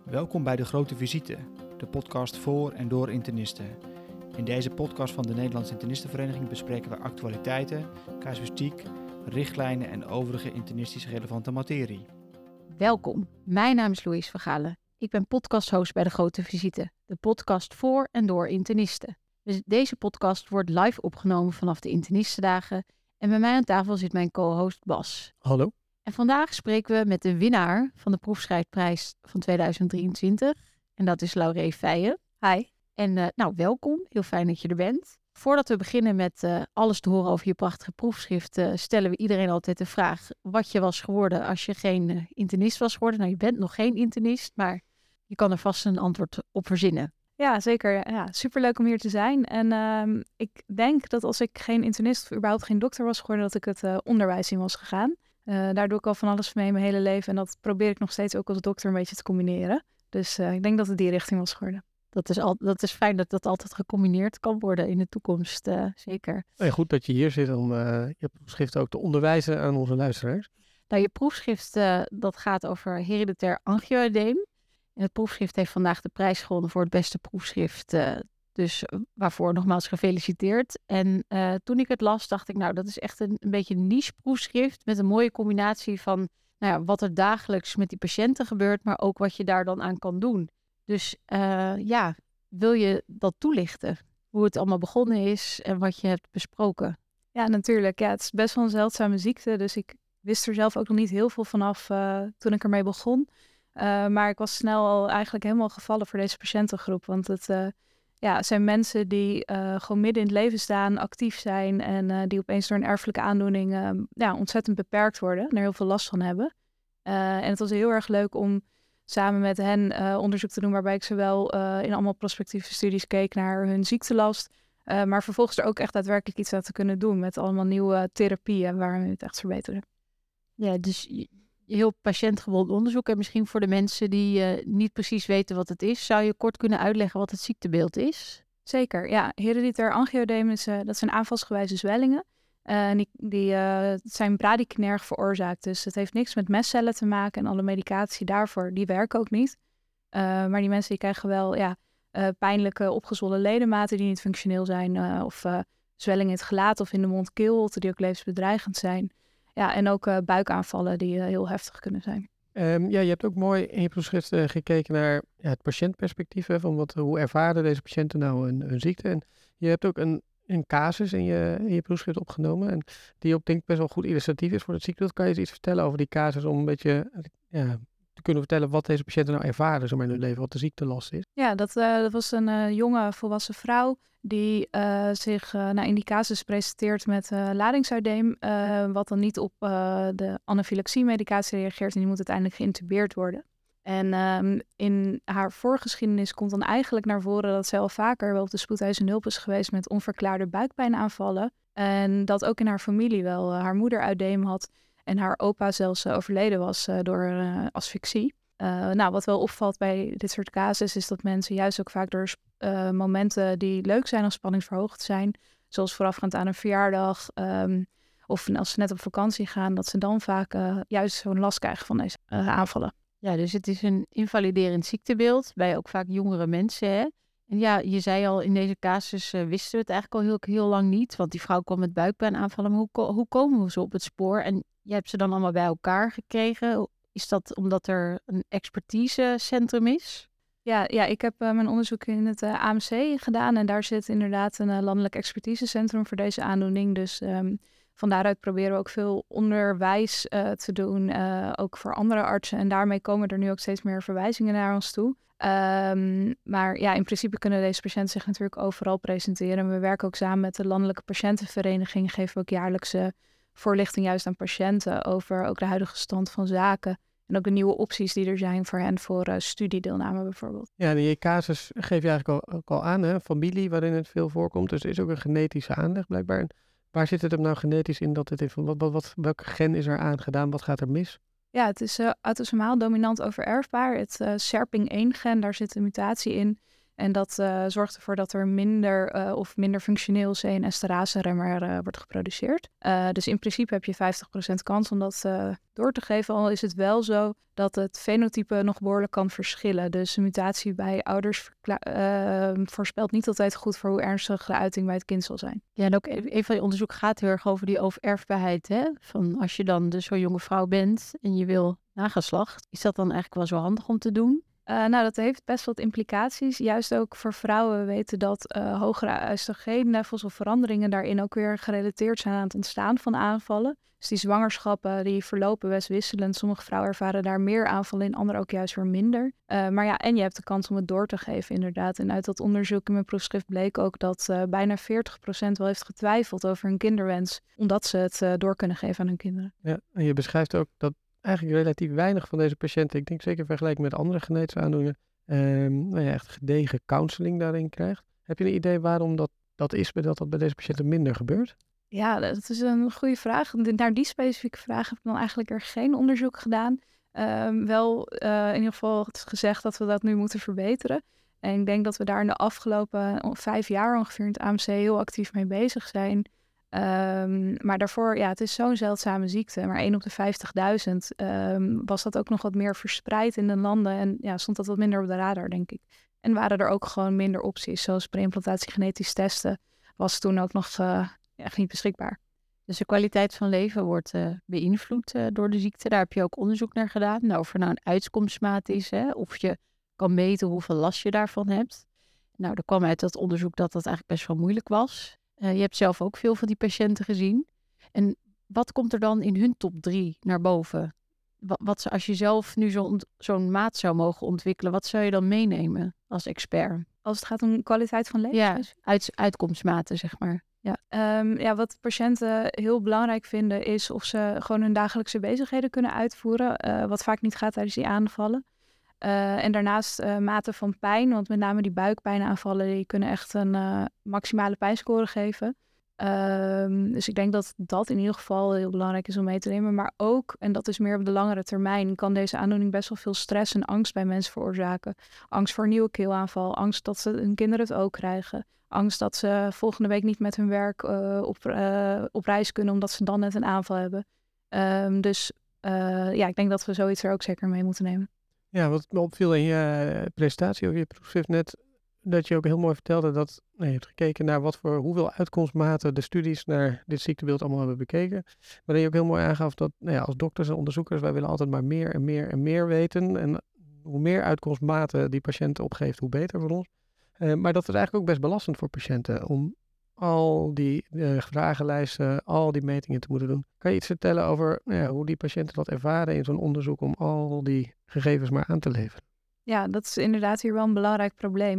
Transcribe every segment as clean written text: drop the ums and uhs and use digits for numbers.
Welkom bij De Grote Visite, de podcast voor en door internisten. In deze podcast van de Nederlandse Internistenvereniging bespreken we actualiteiten, casuïstiek, richtlijnen en overige internistisch relevante materie. Welkom, mijn naam is Louise Vergalen. Ik ben podcasthost bij De Grote Visite, de podcast voor en door internisten. Deze podcast wordt live opgenomen vanaf de internistendagen en bij mij aan tafel zit mijn co-host Bas. Hallo. En vandaag spreken we met de winnaar van de proefschrijfprijs van 2023 en dat is Lauree Feijen. Hi. En welkom, heel fijn dat je er bent. Voordat we beginnen met alles te horen over je prachtige proefschrift, stellen we iedereen altijd de vraag wat je was geworden als je geen internist was geworden. Nou, je bent nog geen internist, maar je kan er vast een antwoord op verzinnen. Ja, zeker. Ja, superleuk om hier te zijn. En ik denk dat als ik geen internist of überhaupt geen dokter was geworden, dat ik het onderwijs in was gegaan. Daar doe ik al van alles mee mijn hele leven. En dat probeer ik nog steeds ook als dokter een beetje te combineren. Dus ik denk dat het die richting was geworden. Dat is fijn dat dat altijd gecombineerd kan worden in de toekomst, zeker. Ja, goed dat je hier zit om je proefschrift ook te onderwijzen aan onze luisteraars. Nou, je proefschrift dat gaat over hereditair angioedeem. En het proefschrift heeft vandaag de prijs gewonnen voor het beste proefschrift. Dus waarvoor nogmaals gefeliciteerd. En toen ik het las, dacht ik, nou, dat is echt een beetje een niche proefschrift met een mooie combinatie van wat er dagelijks met die patiënten gebeurt, maar ook wat je daar dan aan kan doen. Dus wil je dat toelichten? Hoe het allemaal begonnen is en wat je hebt besproken? Ja, natuurlijk. Ja, het is best wel een zeldzame ziekte. Dus ik wist er zelf ook nog niet heel veel vanaf toen ik ermee begon. Maar ik was snel al eigenlijk helemaal gevallen voor deze patiëntengroep. Want het zijn mensen die gewoon midden in het leven staan, actief zijn en die opeens door een erfelijke aandoening ontzettend beperkt worden en er heel veel last van hebben. En het was heel erg leuk om samen met hen onderzoek te doen waarbij ik zowel in allemaal prospectieve studies keek naar hun ziektelast, maar vervolgens er ook echt daadwerkelijk iets aan te kunnen doen met allemaal nieuwe therapieën waarmee we het echt verbeteren. Ja, dus heel patiëntgebonden onderzoek. En misschien voor de mensen die niet precies weten wat het is, zou je kort kunnen uitleggen wat het ziektebeeld is? Zeker, ja. Hereditair angioedeem dat zijn aanvalsgewijze zwellingen. Die zijn bradykinerg veroorzaakt. Dus het heeft niks met mestcellen te maken en alle medicatie daarvoor, die werken ook niet. Maar die mensen die krijgen wel pijnlijke opgezwollen ledematen die niet functioneel zijn. Of zwellingen in het gelaat of in de mond-keelholte die ook levensbedreigend zijn. Ja, en ook buikaanvallen die heel heftig kunnen zijn. Je hebt ook mooi in je proefschrift gekeken naar het patiëntperspectief. Hè, van hoe ervaren deze patiënten nou hun ziekte. En je hebt ook een casus in je proefschrift opgenomen. En die ook denk ik best wel goed illustratief is voor het ziektebeeld. Kan je eens iets vertellen over die casus om een beetje te kunnen vertellen wat deze patiënten nou ervaren in hun leven, wat de ziektelast is? Ja, dat was een jonge volwassen vrouw die zich in die casus presenteert met ladingsuideem, wat dan niet op de anafylaxie-medicatie reageert en die moet uiteindelijk geïntubeerd worden. En in haar voorgeschiedenis komt dan eigenlijk naar voren dat zij al vaker wel op de spoedeisende hulp is geweest met onverklaarde buikpijnaanvallen. En dat ook in haar familie wel haar moeder uitdeem had en haar opa zelfs overleden was door asfixie. Wat wel opvalt bij dit soort casus is dat mensen juist ook vaak door momenten die leuk zijn of spanningsverhoogd zijn, zoals voorafgaand aan een verjaardag of als ze net op vakantie gaan, dat ze dan vaak juist zo'n last krijgen van deze aanvallen. Ja, dus het is een invaliderend ziektebeeld bij ook vaak jongere mensen, hè? En ja, je zei al, in deze casus wisten we het eigenlijk al heel lang niet, want die vrouw kwam met buikpijnaanvallen. Maar hoe komen we zo op het spoor? En je hebt ze dan allemaal bij elkaar gekregen. Is dat omdat er een expertisecentrum is? Ja, ik heb mijn onderzoek in het AMC gedaan en daar zit inderdaad een landelijk expertisecentrum voor deze aandoening. Dus van daaruit proberen we ook veel onderwijs te doen, ook voor andere artsen. En daarmee komen er nu ook steeds meer verwijzingen naar ons toe. Maar ja, in principe kunnen deze patiënten zich natuurlijk overal presenteren. We werken ook samen met de Landelijke Patiëntenvereniging, geven we ook jaarlijkse voorlichting juist aan patiënten over ook de huidige stand van zaken. En ook de nieuwe opties die er zijn voor hen voor studiedeelname bijvoorbeeld. Ja, en in je casus geef je eigenlijk ook al aan, hè? Familie waarin het veel voorkomt. Dus er is ook een genetische aanleg blijkbaar. En waar zit het hem nou genetisch in dat het heeft? Welk gen is er aangedaan? Wat gaat er mis? Ja, het is autosomaal dominant overerfbaar. Het SERPING1-gen, daar zit een mutatie in En dat zorgt ervoor dat er minder functioneel CNS-esterase-remmer wordt geproduceerd. Dus in principe heb je 50% kans om dat door te geven. Al is het wel zo dat het fenotype nog behoorlijk kan verschillen. Dus een mutatie bij ouders voorspelt niet altijd goed voor hoe ernstig de uiting bij het kind zal zijn. Ja, en ook een van je onderzoek gaat heel erg over die overerfbaarheid. Hè? Van als je dan dus zo'n jonge vrouw bent en je wil nageslacht, is dat dan eigenlijk wel zo handig om te doen? Dat heeft best wat implicaties. Juist ook voor vrouwen. We weten dat hogere oestrogeenlevels of veranderingen daarin ook weer gerelateerd zijn aan het ontstaan van aanvallen. Dus die zwangerschappen die verlopen best wisselend. Sommige vrouwen ervaren daar meer aanvallen in, anderen ook juist weer minder. Maar ja, en je hebt de kans om het door te geven inderdaad. En uit dat onderzoek in mijn proefschrift bleek ook dat bijna 40% wel heeft getwijfeld over hun kinderwens. Omdat ze het door kunnen geven aan hun kinderen. Ja, en je beschrijft ook dat eigenlijk relatief weinig van deze patiënten, ik denk zeker in vergelijking met andere genetische aandoeningen, echt gedegen counseling daarin krijgt. Heb je een idee waarom dat is, dat bij deze patiënten minder gebeurt? Ja, dat is een goede vraag. Naar die specifieke vraag heb ik dan eigenlijk er geen onderzoek gedaan. In ieder geval het is gezegd dat we dat nu moeten verbeteren. En ik denk dat we daar in de afgelopen 5 jaar ongeveer in het AMC heel actief mee bezig zijn. Maar daarvoor, het is zo'n zeldzame ziekte. Maar 1 op de 50.000 was dat ook nog wat meer verspreid in de landen. En stond dat wat minder op de radar, denk ik. En waren er ook gewoon minder opties. Zoals preimplantatie genetisch testen was toen ook nog echt niet beschikbaar. Dus de kwaliteit van leven wordt beïnvloed door de ziekte. Daar heb je ook onderzoek naar gedaan. Nou, of er nou een uitkomstmaat is, hè, of je kan meten hoeveel last je daarvan hebt. Nou, er kwam uit dat onderzoek dat eigenlijk best wel moeilijk was. Je hebt zelf ook veel van die patiënten gezien. En wat komt er dan in hun top 3 naar boven? Als je zelf nu zo'n maat zou mogen ontwikkelen, wat zou je dan meenemen als expert? Als het gaat om kwaliteit van leven? Ja, uitkomstmaten, zeg maar. Ja. Wat patiënten heel belangrijk vinden is of ze gewoon hun dagelijkse bezigheden kunnen uitvoeren. Wat vaak niet gaat tijdens die aanvallen. En daarnaast mate van pijn, want met name die buikpijnaanvallen die kunnen echt een maximale pijnscore geven. Dus ik denk dat dat in ieder geval heel belangrijk is om mee te nemen. Maar ook, en dat is meer op de langere termijn, kan deze aandoening best wel veel stress en angst bij mensen veroorzaken. Angst voor een nieuwe keelaanval, angst dat hun kinderen het ook krijgen. Angst dat ze volgende week niet met hun werk op reis kunnen omdat ze dan net een aanval hebben. Ik denk dat we zoiets er ook zeker mee moeten nemen. Ja, wat me opviel in je presentatie over je proefschrift net, dat je ook heel mooi vertelde dat je hebt gekeken naar hoeveel uitkomstmaten de studies naar dit ziektebeeld allemaal hebben bekeken. Waarin je ook heel mooi aangaf dat als dokters en onderzoekers, wij willen altijd maar meer en meer en meer weten. En hoe meer uitkomstmaten die patiënt opgeeft, hoe beter voor ons. Maar dat is eigenlijk ook best belastend voor patiënten om al die vragenlijsten, al die metingen te moeten doen. Kan je iets vertellen over hoe die patiënten dat ervaren in zo'n onderzoek om al die gegevens maar aan te leveren? Ja, dat is inderdaad hier wel een belangrijk probleem.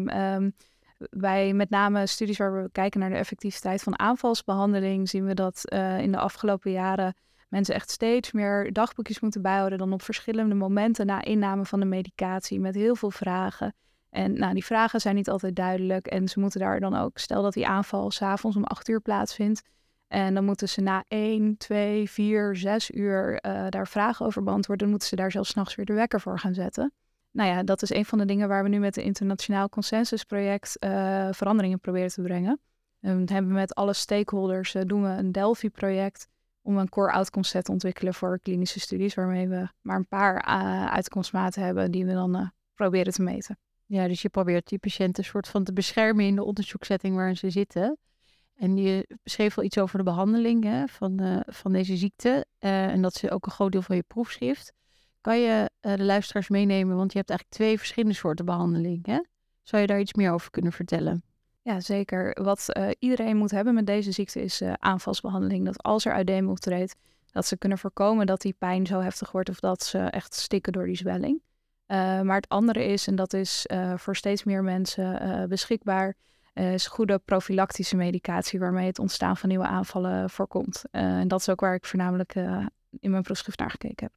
Bij met name studies waar we kijken naar de effectiviteit van aanvalsbehandeling, zien we dat in de afgelopen jaren mensen echt steeds meer dagboekjes moeten bijhouden dan op verschillende momenten na inname van de medicatie met heel veel vragen. En die vragen zijn niet altijd duidelijk en ze moeten daar dan ook, stel dat die aanval 's avonds om 8 uur plaatsvindt. En dan moeten ze na 1, 2, 4, 6 uur daar vragen over beantwoorden. Dan moeten ze daar zelfs 's nachts weer de wekker voor gaan zetten. Nou ja, dat is een van de dingen waar we nu met het Internationaal Consensusproject veranderingen proberen te brengen. Dat hebben we met alle stakeholders, doen we een Delphi-project om een core outcome set te ontwikkelen voor klinische studies, waarmee we maar een paar uitkomstmaten hebben die we dan proberen te meten. Ja, dus je probeert die patiënten een soort van te beschermen in de onderzoekssetting waarin ze zitten. En je beschreef wel iets over de behandeling van deze ziekte. En dat is ook een groot deel van je proefschrift. Kan je de luisteraars meenemen? Want je hebt eigenlijk 2 verschillende soorten behandeling. Hè? Zou je daar iets meer over kunnen vertellen? Ja, zeker. Wat iedereen moet hebben met deze ziekte is aanvalsbehandeling. Dat als er udeem optreedt, dat ze kunnen voorkomen dat die pijn zo heftig wordt of dat ze echt stikken door die zwelling. Maar het andere is, en dat is voor steeds meer mensen beschikbaar, is goede profilactische medicatie waarmee het ontstaan van nieuwe aanvallen voorkomt. En dat is ook waar ik voornamelijk in mijn proefschrift naar gekeken heb.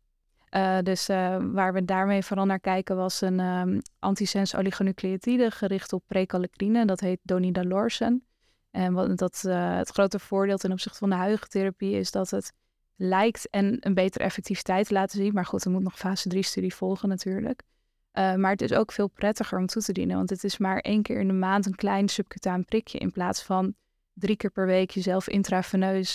Waar we daarmee vooral naar kijken was een antisens oligonucleotide gericht op prekallikine. Dat heet donidalorsen. En het grote voordeel ten opzichte van de huidige therapie is dat het lijkt en een betere effectiviteit te laten zien. Maar goed, er moet nog fase 3-studie volgen natuurlijk. Maar het is ook veel prettiger om toe te dienen. Want het is maar 1 keer in de maand een klein subcutaan prikje. In plaats van 3 keer per week jezelf intraveneus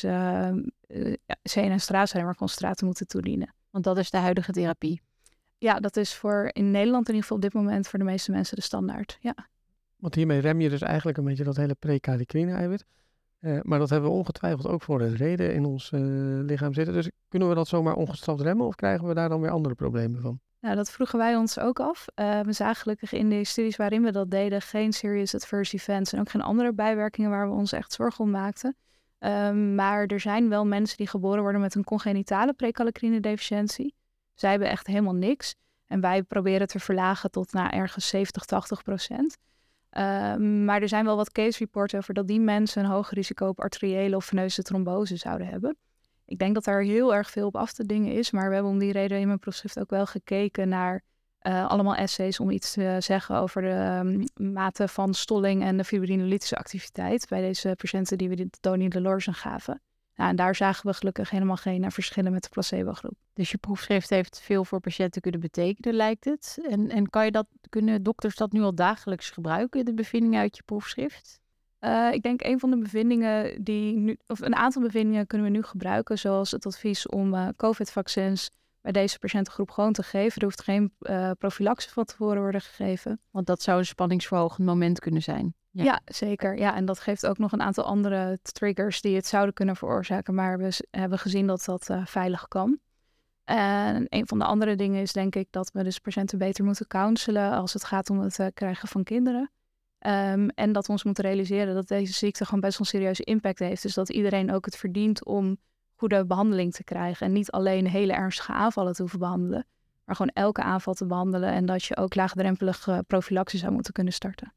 CNS-straatslijmerconcentraat te moeten toedienen. Want dat is de huidige therapie. Ja, dat is in Nederland in ieder geval op dit moment voor de meeste mensen de standaard. Ja. Want hiermee rem je dus eigenlijk een beetje dat hele prekallikine-eiwit. Maar dat hebben we ongetwijfeld ook voor een reden in ons lichaam zitten. Dus kunnen we dat zomaar ongestraft remmen of krijgen we daar dan weer andere problemen van? Nou, dat vroegen wij ons ook af. We zagen gelukkig in de studies waarin we dat deden geen serious adverse events en ook geen andere bijwerkingen waar we ons echt zorgen om maakten. Maar er zijn wel mensen die geboren worden met een congenitale prekallikine-deficiëntie. Zij hebben echt helemaal niks. En wij proberen te verlagen tot ergens 70-80%. Maar er zijn wel wat case reports over dat die mensen een hoger risico op arteriële of veneuze trombose zouden hebben. Ik denk dat daar heel erg veel op af te dingen is, maar we hebben om die reden in mijn proefschrift ook wel gekeken naar allemaal essays om iets te zeggen over de mate van stolling en de fibrinolytische activiteit bij deze patiënten die we de donidalorsen gaven. Nou, en daar zagen we gelukkig helemaal geen verschillen met de placebo-groep. Dus je proefschrift heeft veel voor patiënten kunnen betekenen, lijkt het. En kunnen dokters dat nu al dagelijks gebruiken, de bevindingen uit je proefschrift? Ik denk een van de bevindingen een aantal bevindingen kunnen we nu gebruiken, zoals het advies om COVID-vaccins bij deze patiëntengroep gewoon te geven. Er hoeft geen profilaxe van tevoren worden gegeven. Want dat zou een spanningsverhogend moment kunnen zijn. Ja, zeker. Ja, en dat geeft ook nog een aantal andere triggers die het zouden kunnen veroorzaken, maar we hebben gezien dat dat veilig kan. En een van de andere dingen is denk ik dat we dus patiënten beter moeten counselen als het gaat om het krijgen van kinderen. En dat we ons moeten realiseren dat deze ziekte gewoon best wel een serieuze impact heeft. Dus dat iedereen ook het verdient om goede behandeling te krijgen. En niet alleen hele ernstige aanvallen te hoeven behandelen, maar gewoon elke aanval te behandelen. En dat je ook laagdrempelig profilaxe zou moeten kunnen starten.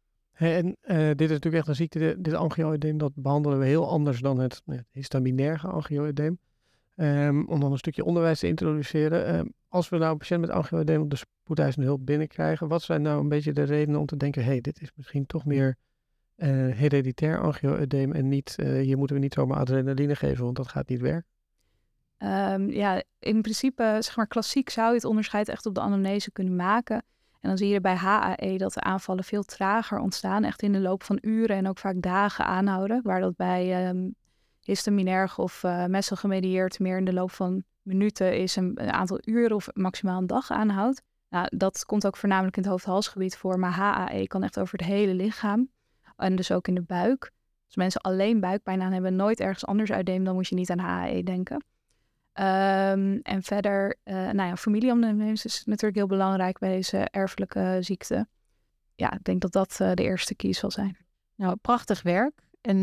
Dit is natuurlijk echt een ziekte, dit angioedeem, dat behandelen we heel anders dan het histaminerge angioedeem. Om dan een stukje onderwijs te introduceren. Als we nou een patiënt met angioedeem op de spoedeisende hulp binnenkrijgen, wat zijn nou een beetje de redenen om te denken, dit is misschien toch meer hereditair angioedeem en niet, hier moeten we niet zomaar adrenaline geven, want dat gaat niet werken? In principe, zeg maar klassiek zou je het onderscheid echt op de anamnese kunnen maken. En dan zie je bij HAE dat de aanvallen veel trager ontstaan, echt in de loop van uren en ook vaak dagen aanhouden, waar dat bij histaminerg of messelgemedieerd meer in de loop van minuten is een aantal uren of maximaal een dag aanhoudt. Nou, dat komt ook voornamelijk in het hoofd-halsgebied voor, maar HAE kan echt over het hele lichaam en dus ook in de buik. Als mensen alleen buikpijn aan hebben, nooit ergens anders uitdeem, dan moet je niet aan HAE denken. En verder, familieondernemers is natuurlijk heel belangrijk bij deze erfelijke ziekte. Ja, ik denk dat dat de eerste key zal zijn. Nou, prachtig werk. En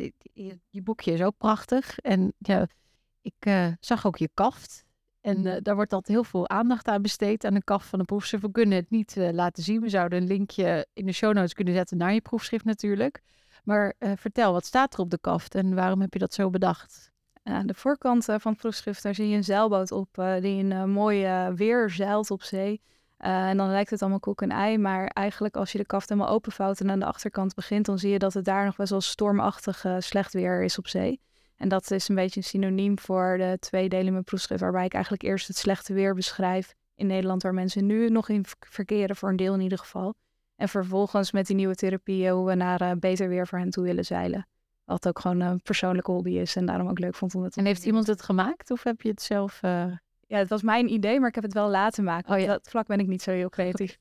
je boekje is ook prachtig. En ja, ik zag ook je kaft. En daar wordt altijd heel veel aandacht aan besteed aan de kaft van de proefschrift. We kunnen het niet laten zien. We zouden een linkje in de show notes kunnen zetten naar je proefschrift natuurlijk. Maar vertel, wat staat er op de kaft en waarom heb je dat zo bedacht? Aan de voorkant van het proefschrift, daar zie je een zeilboot op die een mooi weer zeilt op zee. En dan lijkt het allemaal koek en ei, maar eigenlijk als je de kaft helemaal openvouwt en aan de achterkant begint, dan zie je dat het daar nog best wel stormachtig slecht weer is op zee. En dat is een beetje een synoniem voor de 2 delen in mijn proefschrift, waarbij ik eigenlijk eerst het slechte weer beschrijf in Nederland, waar mensen nu nog in verkeren, voor een deel in ieder geval. En vervolgens met die nieuwe therapieën hoe we naar beter weer voor hen toe willen zeilen. Wat ook gewoon een persoonlijke hobby is en daarom ook leuk vond om het te doen. En heeft iemand het gemaakt of heb je het zelf... Ja, het was mijn idee, maar ik heb het wel laten maken. Oh, ja. Dat vlak ben ik niet zo heel creatief.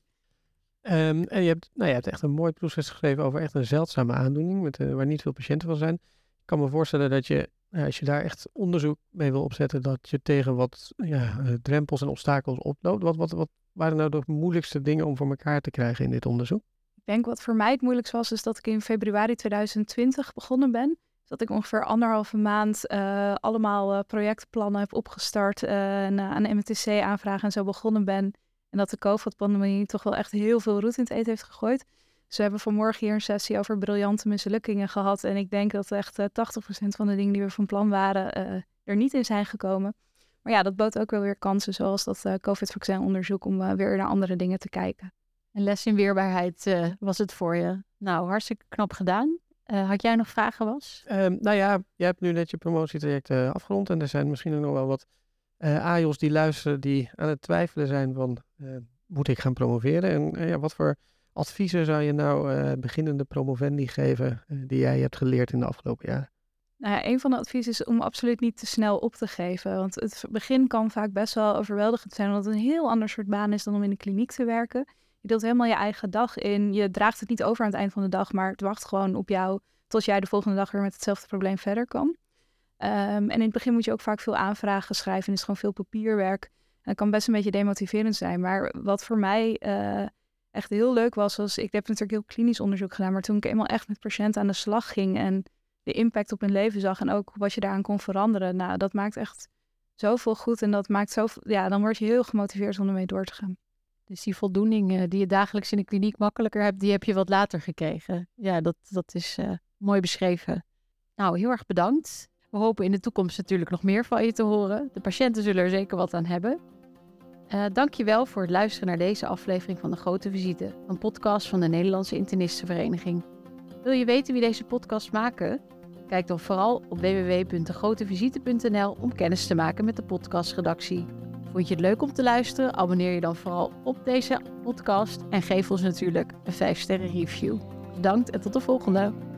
En je hebt echt een mooi proefschrift geschreven over echt een zeldzame aandoening, waar niet veel patiënten van zijn. Ik kan me voorstellen dat je, als je daar echt onderzoek mee wil opzetten, dat je tegen wat drempels en obstakels oploopt. Wat waren nou de moeilijkste dingen om voor elkaar te krijgen in dit onderzoek? Ik denk wat voor mij het moeilijkst was, is dat ik in februari 2020 begonnen ben. Dat ik ongeveer 1,5 maand allemaal projectplannen heb opgestart en aan de MTC aanvragen en zo begonnen ben. En dat de COVID-pandemie toch wel echt heel veel roet in het eten heeft gegooid. Dus we hebben vanmorgen hier een sessie over briljante mislukkingen gehad. En ik denk dat echt 80% van de dingen die we van plan waren er niet in zijn gekomen. Maar ja, dat bood ook wel weer kansen, zoals dat COVID-vaccinonderzoek, om weer naar andere dingen te kijken. Een les in weerbaarheid was het voor je. Nou, hartstikke knap gedaan. Had jij nog vragen, Was? Jij hebt nu net je promotietraject afgerond. En er zijn misschien ook nog wel wat AJOS die luisteren die aan het twijfelen zijn van... moet ik gaan promoveren? En wat voor adviezen zou je nou beginnende promovendi geven die jij hebt geleerd in de afgelopen jaren? Nou ja, een van de adviezen is om absoluut niet te snel op te geven. Want het begin kan vaak best wel overweldigend zijn, omdat het een heel ander soort baan is dan om in de kliniek te werken. Je deelt helemaal je eigen dag in. Je draagt het niet over aan het eind van de dag, maar het wacht gewoon op jou tot jij de volgende dag weer met hetzelfde probleem verder kan. En in het begin moet je ook vaak veel aanvragen schrijven en is gewoon veel papierwerk. En dat kan best een beetje demotiverend zijn. Maar wat voor mij echt heel leuk was, ik heb natuurlijk heel klinisch onderzoek gedaan, maar toen ik eenmaal echt met patiënten aan de slag ging en de impact op hun leven zag en ook wat je daaraan kon veranderen. Nou, dat maakt echt zoveel goed en dat maakt zoveel, ja, dan word je heel gemotiveerd om ermee door te gaan. Dus die voldoening die je dagelijks in de kliniek makkelijker hebt, die heb je wat later gekregen. Ja, dat is mooi beschreven. Nou, heel erg bedankt. We hopen in de toekomst natuurlijk nog meer van je te horen. De patiënten zullen er zeker wat aan hebben. Dank je wel voor het luisteren naar deze aflevering van De Grote Visite, een podcast van de Nederlandse Internistenvereniging. Wil je weten wie deze podcast maken? Kijk dan vooral op www.degrotevisite.nl om kennis te maken met de podcastredactie. Vond je het leuk om te luisteren? Abonneer je dan vooral op deze podcast en geef ons natuurlijk een 5-sterren review. Bedankt en tot de volgende!